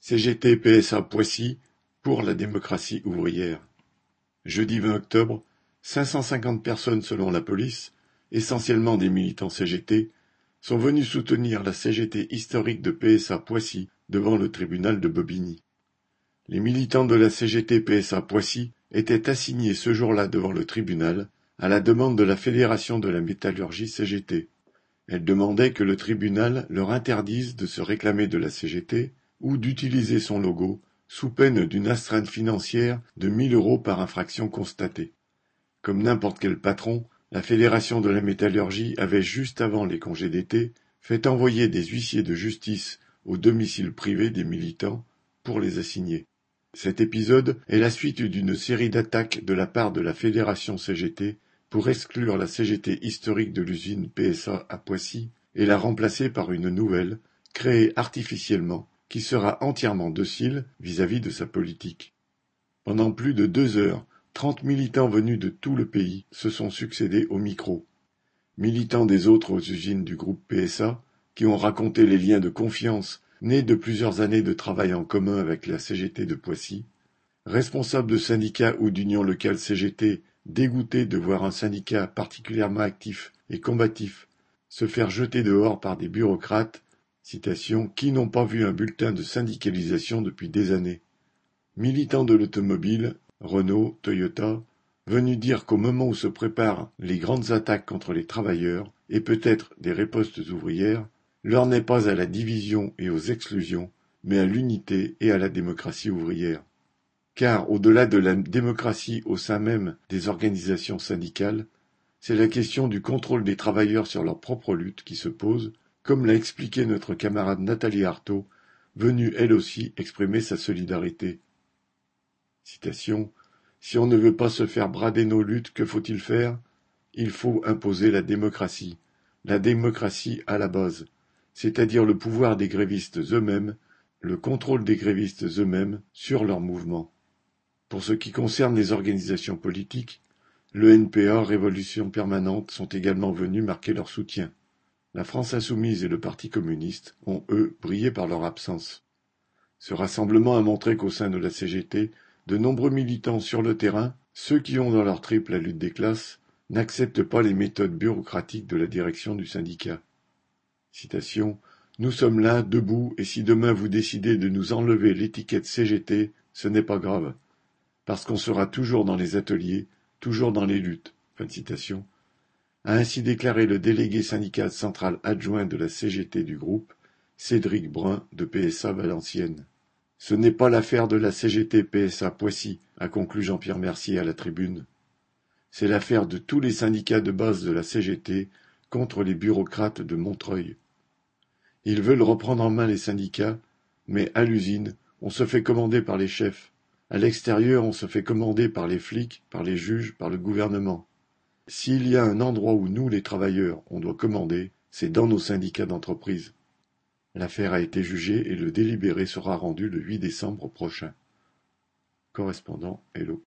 CGT-PSA Poissy pour la démocratie ouvrière. Jeudi 20 octobre, 550 personnes selon la police, essentiellement des militants CGT, sont venus soutenir la CGT historique de PSA Poissy devant le tribunal de Bobigny. Les militants de la CGT-PSA Poissy étaient assignés ce jour-là devant le tribunal à la demande de la Fédération de la métallurgie CGT. Elle demandait que le tribunal leur interdise de se réclamer de la CGT ou d'utiliser son logo, sous peine d'une astreinte financière de 1 000 € par infraction constatée. Comme n'importe quel patron, la Fédération de la métallurgie avait, juste avant les congés d'été, fait envoyer des huissiers de justice au domicile privé des militants pour les assigner. Cet épisode est la suite d'une série d'attaques de la part de la Fédération CGT pour exclure la CGT historique de l'usine PSA à Poissy et la remplacer par une nouvelle, créée artificiellement, qui sera entièrement docile vis-à-vis de sa politique. Pendant plus de 2 heures, 30 militants venus de tout le pays se sont succédés au micro. Militants des autres usines du groupe PSA, qui ont raconté les liens de confiance nés de plusieurs années de travail en commun avec la CGT de Poissy, responsables de syndicats ou d'unions locales CGT dégoûtés de voir un syndicat particulièrement actif et combatif se faire jeter dehors par des bureaucrates, citation, qui n'ont pas vu un bulletin de syndicalisation depuis des années. Militants de l'automobile, Renault, Toyota, venus dire qu'au moment où se préparent les grandes attaques contre les travailleurs et peut-être des ripostes ouvrières, l'heure n'est pas à la division et aux exclusions, mais à l'unité et à la démocratie ouvrière. Car, au-delà de la démocratie au sein même des organisations syndicales, c'est la question du contrôle des travailleurs sur leur propre lutte qui se pose, comme l'a expliqué notre camarade Nathalie Arthaud, venue elle aussi exprimer sa solidarité. Citation, « Si on ne veut pas se faire brader nos luttes, que faut-il faire ? Il faut imposer la démocratie à la base, c'est-à-dire le pouvoir des grévistes eux-mêmes, le contrôle des grévistes eux-mêmes sur leurs mouvements. Pour ce qui concerne les organisations politiques, le NPA, Révolution permanente, sont également venus marquer leur soutien. La France insoumise et le Parti communiste ont, eux, brillé par leur absence. Ce rassemblement a montré qu'au sein de la CGT, de nombreux militants sur le terrain, ceux qui ont dans leur tripes la lutte des classes, n'acceptent pas les méthodes bureaucratiques de la direction du syndicat. Citation, « Nous sommes là, debout, et si demain vous décidez de nous enlever l'étiquette CGT, ce n'est pas grave, parce qu'on sera toujours dans les ateliers, toujours dans les luttes. » Fin de citation. A ainsi déclaré le délégué syndical central adjoint de la CGT du groupe, Cédric Brun de PSA Valenciennes. Ce n'est pas l'affaire de la CGT PSA Poissy, a conclu Jean-Pierre Mercier à la tribune. C'est l'affaire de tous les syndicats de base de la CGT contre les bureaucrates de Montreuil. Ils veulent reprendre en main les syndicats, mais à l'usine, on se fait commander par les chefs. À l'extérieur, on se fait commander par les flics, par les juges, par le gouvernement. S'il y a un endroit où nous, les travailleurs, on doit commander, c'est dans nos syndicats d'entreprise. L'affaire a été jugée et le délibéré sera rendu le 8 décembre prochain. Correspondant Hello.